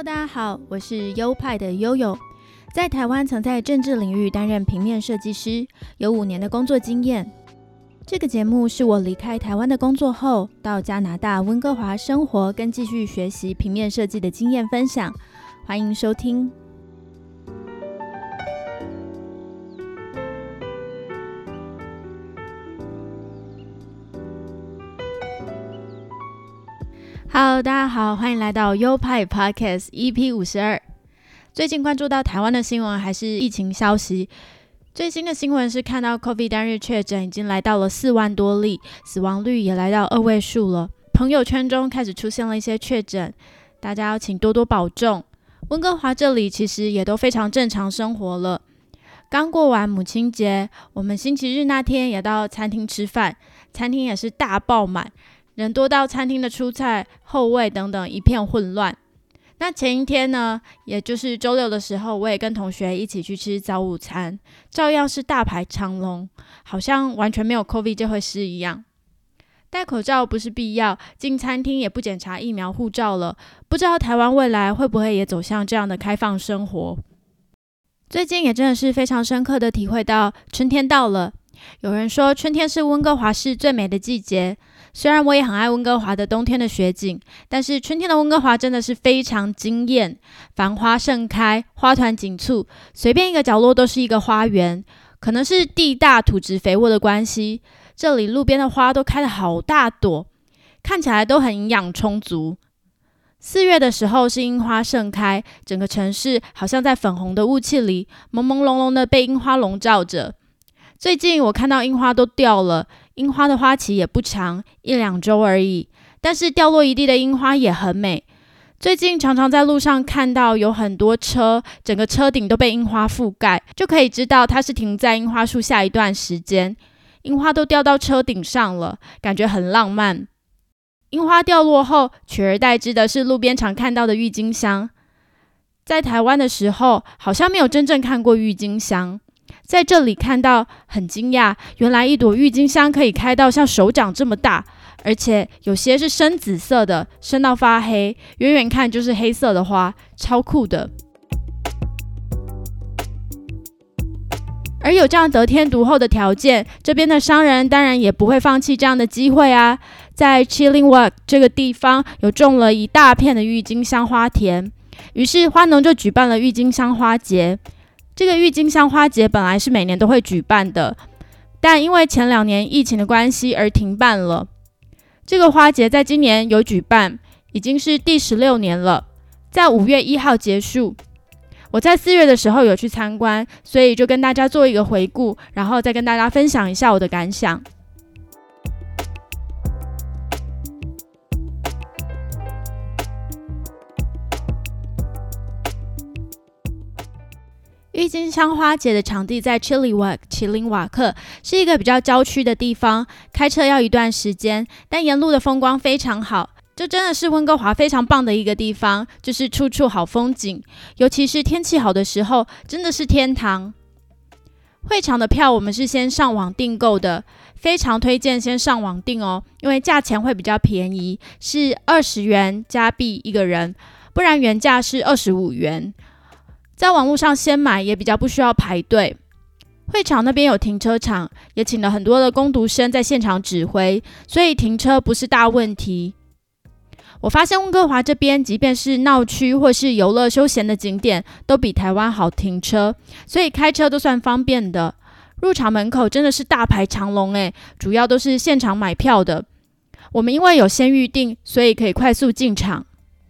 大家好，我是优派的悠悠，在台湾曾在政治领域担任平面设计师，有5年的工作经验。这个节目是我离开台湾的工作后，到加拿大温哥华生活跟继续学习平面设计的经验分享，欢迎收听。Hello， 大家好，欢迎来到优派 Podcast EP52。最近关注到台湾的新闻还是疫情消息。最新的新闻是看到 COVID 单日确诊已经来到了4万多例，死亡率也来到2位数了。朋友圈中开始出现了一些确诊，大家要请多多保重。温哥华这里其实也都非常正常生活了。刚过完母亲节，我们星期日那天也到餐厅吃饭，餐厅也是大爆满。人多到餐厅的出菜、后位等等一片混乱。那前一天呢，也就是周六的时候，我也跟同学一起去吃早午餐，照样是大排长龙，好像完全没有 COVID 这回事一样。戴口罩不是必要，进餐厅也不检查疫苗护照了，不知道台湾未来会不会也走向这样的开放生活。最近也真的是非常深刻的体会到春天到了。有人说春天是温哥华市最美的季节，虽然我也很爱温哥华的冬天的雪景，但是春天的温哥华真的是非常惊艳，繁花盛开，花团锦簇，随便一个角落都是一个花园。可能是地大土质肥沃的关系，这里路边的花都开得好大朵，看起来都很营养充足。4月的时候是樱花盛开，整个城市好像在粉红的雾气里，朦朦胧胧的被樱花笼罩着。最近我看到樱花都掉了，樱花的花期也不长，1-2周而已，但是掉落一地的樱花也很美。最近常常在路上看到有很多车，整个车顶都被樱花覆盖，就可以知道它是停在樱花树下一段时间。樱花都掉到车顶上了，感觉很浪漫。樱花掉落后，取而代之的是路边常看到的郁金香。在台湾的时候，好像没有真正看过郁金香。在这里看到很惊讶，原来一朵郁金香可以开到像手掌这么大，而且有些是深紫色的，深到发黑，远远看就是黑色的花，超酷的。而有这样得天独厚的条件，这边的商人当然也不会放弃这样的机会啊。在 Chillingwood 这个地方有种了一大片的郁金香花田，于是花农就举办了郁金香花节。这个郁金香花节本来是每年都会举办的，但因为前2年疫情的关系而停办了。这个花节在今年有举办，已经是第16年了，在5月1号结束。我在4月的时候有去参观，所以就跟大家做一个回顾，然后再跟大家分享一下我的感想。郁金香花节的场地在 Chillingwood 奇林瓦克，是一个比较郊区的地方，开车要一段时间，但沿路的风光非常好。这真的是温哥华非常棒的一个地方，就是处处好风景，尤其是天气好的时候，真的是天堂。会场的票我们是先上网订购的，非常推荐先上网订哦，因为价钱会比较便宜，是20元加币一个人，不然原价是25元。在网络上先买也比较不需要排队。会场那边有停车场，也请了很多的工读生在现场指挥，所以停车不是大问题。我发现温哥华这边即便是闹区或是游乐休闲的景点，都比台湾好停车，所以开车都算方便的。入场门口真的是大排长龙耶，主要都是现场买票的。我们因为有先预定，所以可以快速进场。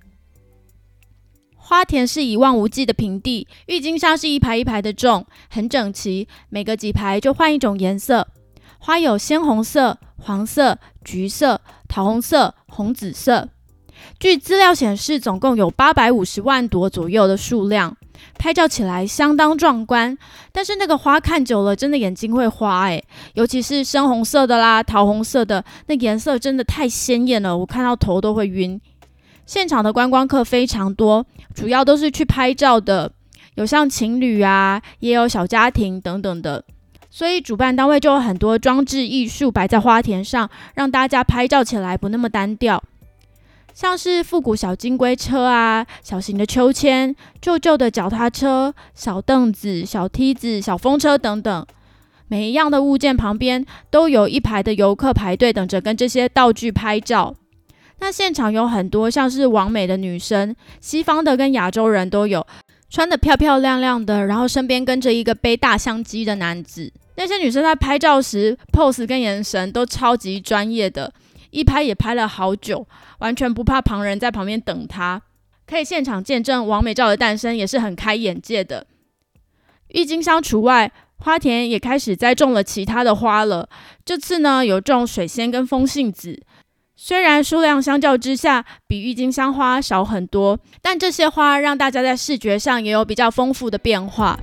花田是一望无际的平地，郁金香是一排一排的种，很整齐，每隔几排就换一种颜色。花有鲜红色、黄色、橘色、桃红色、红紫色。据资料显示，总共有850万朵左右的数量，拍照起来相当壮观。但是那个花看久了，真的眼睛会花耶，尤其是深红色的啦、桃红色的，那颜色真的太鲜艳了，我看到头都会晕。现场的观光客非常多，主要都是去拍照的，有像情侣啊，也有小家庭等等的，所以主办单位就有很多装置艺术摆在花田上，让大家拍照起来不那么单调。 像是复古小金龟车啊、小型的秋千、旧旧的脚踏车、小凳子、小梯子、小风车等等。每一样的物件旁边都有一排的游客排队等着跟这些道具拍照。那现场有很多像是网美的女生，西方的跟亚洲人都有，穿得漂漂亮亮的，然后身边跟着一个背大相机的男子。那些女生在拍照时 pose 跟眼神都超级专业的，一拍也拍了好久，完全不怕旁人在旁边等她。可以现场见证网美照的诞生，也是很开眼界的。郁金香除外，花田也开始栽种了其他的花了。这次呢，有种水仙跟风信子，虽然数量相较之下比郁金香花少很多，但这些花让大家在视觉上也有比较丰富的变化。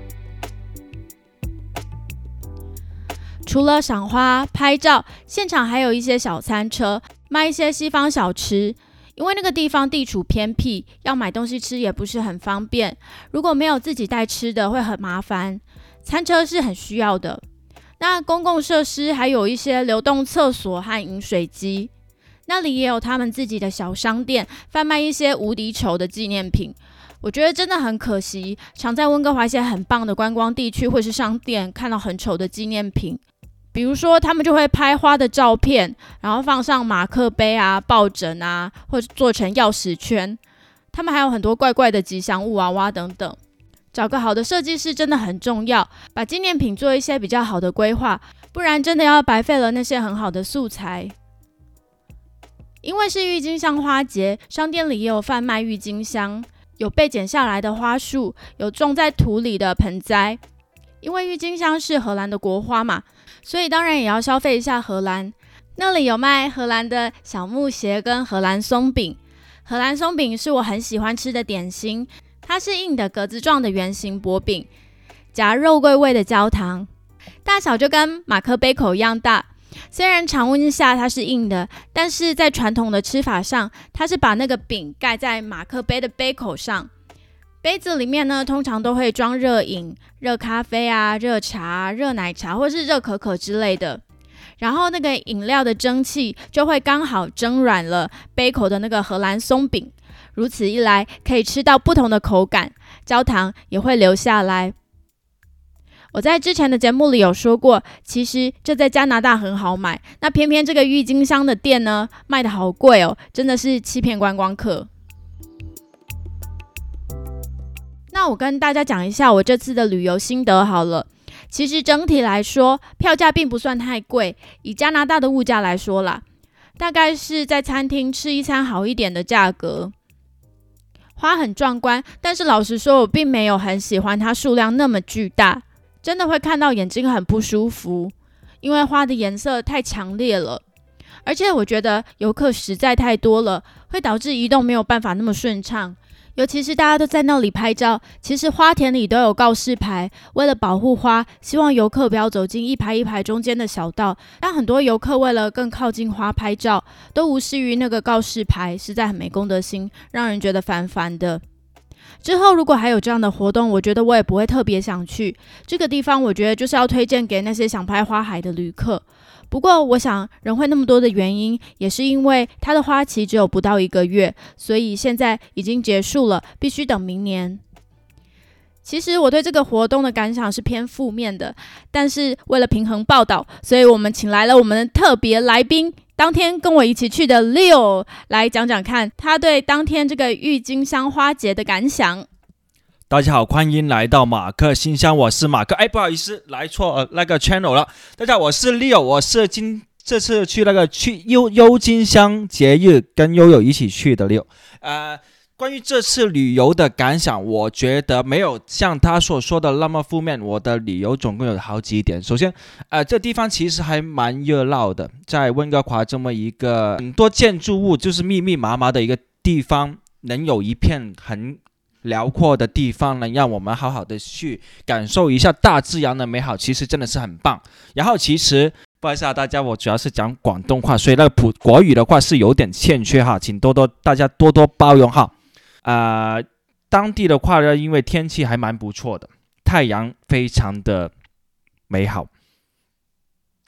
除了赏花、拍照，现场还有一些小餐车，卖一些西方小吃。因为那个地方地处偏僻，要买东西吃也不是很方便。如果没有自己带吃的，会很麻烦。餐车是很需要的。那公共设施还有一些流动厕所和饮水机。那里也有他们自己的小商店，贩卖一些无敌丑的纪念品。我觉得真的很可惜，常在温哥华一些很棒的观光地区或是商店看到很丑的纪念品。比如说他们就会拍花的照片，然后放上马克杯啊、抱枕啊，或者做成钥匙圈。他们还有很多怪怪的吉祥物娃娃等等。找个好的设计师真的很重要，把纪念品做一些比较好的规划，不然真的要白费了那些很好的素材。因为是郁金香花节，商店里也有贩卖郁金香，有被剪下来的花束，有种在土里的盆栽。因为郁金香是荷兰的国花嘛，所以当然也要消费一下荷兰。那里有卖荷兰的小木鞋跟荷兰松饼。荷兰松饼是我很喜欢吃的点心，它是硬的格子状的圆形薄饼，夹肉桂味的焦糖，大小就跟马克杯口一样大。虽然常温下它是硬的，但是在传统的吃法上，它是把那个饼盖在马克杯的杯口上。杯子里面呢，通常都会装热饮、热咖啡啊、热茶、热奶茶或是热可可之类的。然后那个饮料的蒸汽就会刚好蒸软了杯口的那个荷兰松饼，如此一来可以吃到不同的口感，焦糖也会留下来。我在之前的节目里有说过，其实这在加拿大很好买，那偏偏这个郁金香的店呢，卖得好贵哦，真的是欺骗观光客。那我跟大家讲一下我这次的旅游心得好了。其实整体来说，票价并不算太贵，以加拿大的物价来说啦，大概是在餐厅吃一餐好一点的价格。花很壮观，但是老实说，我并没有很喜欢它数量那么巨大，真的会看到眼睛很不舒服，因为花的颜色太强烈了。而且我觉得游客实在太多了，会导致移动没有办法那么顺畅。尤其是大家都在那里拍照，其实花田里都有告示牌，为了保护花，希望游客不要走进一排一排中间的小道。但很多游客为了更靠近花拍照，都无视于那个告示牌，实在很没公德心，让人觉得烦烦的。之后如果还有这样的活动，我觉得我也不会特别想去。这个地方我觉得就是要推荐给那些想拍花海的旅客。不过我想人会那么多的原因，也是因为它的花期只有不到1个月，所以现在已经结束了，必须等明年。其实我对这个活动的感想是偏负面的，但是为了平衡报道，所以我们请来了我们的特别来宾，当天跟我一起去的 Leo 来讲讲看他对当天这个郁金香花节的感想。 大家好，欢迎来到马克信箱，我是马克。不好意思，来错那个 channel 了。大家好，我是 Leo， 我是这次去郁金香节日跟悠悠一起去的 Leo。关于这次旅游的感想，我觉得没有像他所说的那么负面。我的理由总共有好几点。首先，这地方其实还蛮热闹的，在温哥华这么一个很多建筑物就是密密麻麻的一个地方，能有一片很辽阔的地方，能让我们好好的去感受一下大自然的美好，其实真的是很棒。然后其实不好意思啊，大家，我主要是讲广东话，所以那个国语的话是有点欠缺哈，请大家多多包容哈。当地的话呢，因为天气还蛮不错的，太阳非常的美好，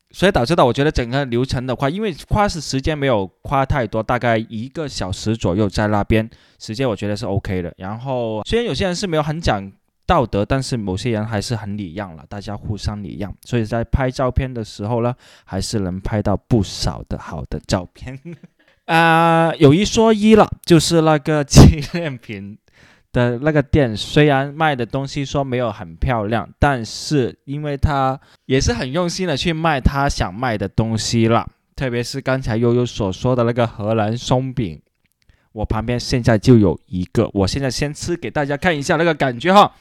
所以导致到我觉得整个流程的话，因为花时间没有花太多，大概1个小时左右在那边，时间我觉得是 OK 的。然后虽然有些人是没有很讲道德，但是某些人还是很礼让了，大家互相礼让，所以在拍照片的时候呢，还是能拍到不少的好的照片。有一说一了，就是那个纪念品的那个店，虽然卖的东西说没有很漂亮，但是因为他也是很用心的去卖他想卖的东西了，特别是刚才悠悠所说的那个荷兰松饼，我旁边现在就有一个，我现在先吃给大家看一下那个感觉哈。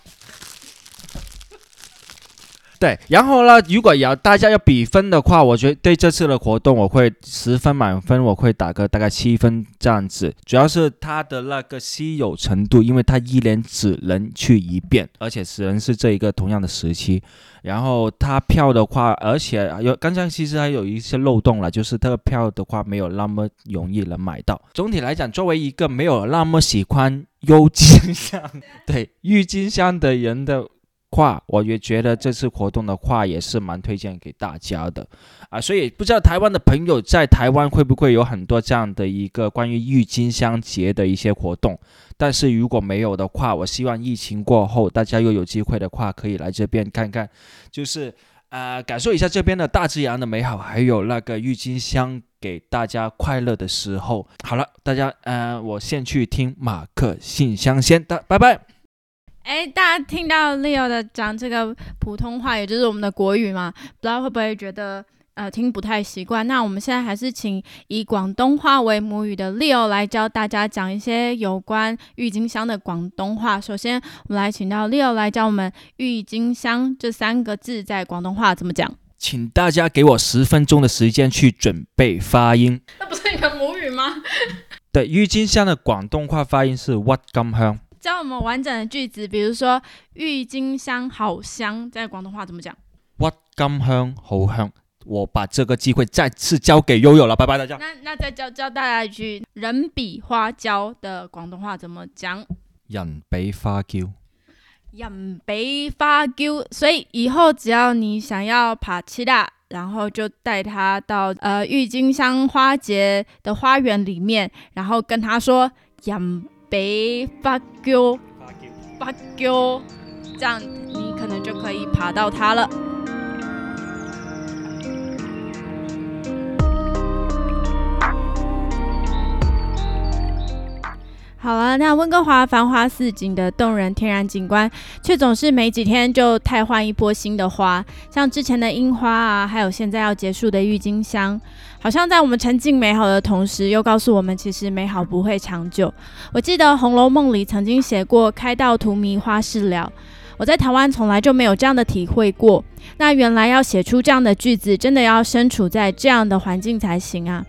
对，然后呢，如果大家要比分的话，我觉得对这次的活动我会10分满分，我会打个大概7分这样子。主要是它的那个稀有程度，因为它1年只能去一遍，而且只能是这一个同样的时期。然后它票的话，而且刚才其实还有一些漏洞了，就是这个票的话没有那么容易能买到。总体来讲，作为一个没有那么喜欢郁金香的人的话，我也觉得这次活动的话也是蛮推荐给大家的所以不知道台湾的朋友在台湾会不会有很多这样的一个关于郁金香节的一些活动，但是如果没有的话，我希望疫情过后大家又有机会的话可以来这边看看，就是感受一下这边的大自然的美好，还有那个郁金香给大家快乐的时候。好了，大家我先去听马克信箱先，拜拜。 大家听到 Leo 的讲这个普通话，也就是我们的国语嘛，不知道会不会觉得听不太习惯？那我们现在还是请以广东话为母语的 Leo 来教大家讲一些有关郁金香的广东话。首先，我们来请到 Leo 来教我们郁金香这3个字在广东话怎么讲。 请大家给我10分钟的时间去准备发音。 那不是你的母语吗？ 对，郁金香的广东话发音是鬱金香。 教我们完整的句子，比如说郁金香好香，在广东话怎么讲？ 鬱金香好香。我把这个机会再次交给悠悠了，拜拜大家。 那再教大家一句人比花嬌的广东话怎么讲？ 人比花嬌。 人比花嬌，所以以后只要你想要爬七大，然后就帶他到郁金香花节的花园里面，然后跟他说人比花嬌，这样你可能就可以爬到它了。好了，那温哥华繁花似锦的动人天然景观，却总是没几天就汰换一波新的花，像之前的樱花还有现在要结束的郁金香，好像在我们沉浸美好的同时，又告诉我们其实美好不会长久。我记得《红楼梦》里曾经写过开到荼蘼花事了，我在台湾从来就没有这样的体会过。那原来要写出这样的句子，真的要身处在这样的环境才行啊。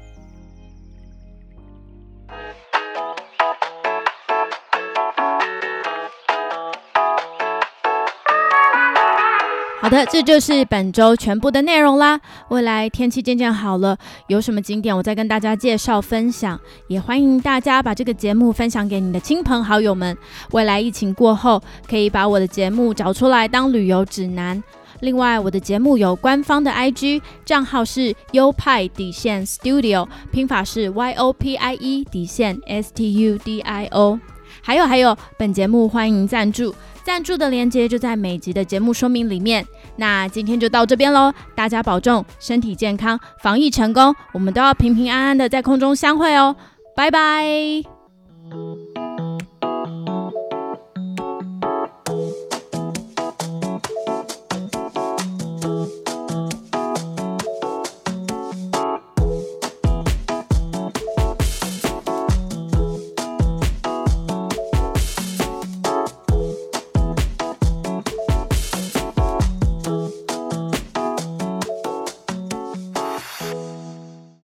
好的，这就是本周全部的内容啦。未来天气渐渐好了，有什么景点我再跟大家介绍分享，也欢迎大家把这个节目分享给你的亲朋好友们。未来疫情过后，可以把我的节目找出来当旅游指南。另外，我的节目有官方的 IG 账号是优派_Studio， 拼法是 YOPIE_STUDIO。还有，本节目欢迎赞助，赞助的连结就在每集的节目说明里面。那今天就到这边咯，大家保重，身体健康，防疫成功，我们都要平平安安的在空中相会哦，拜拜。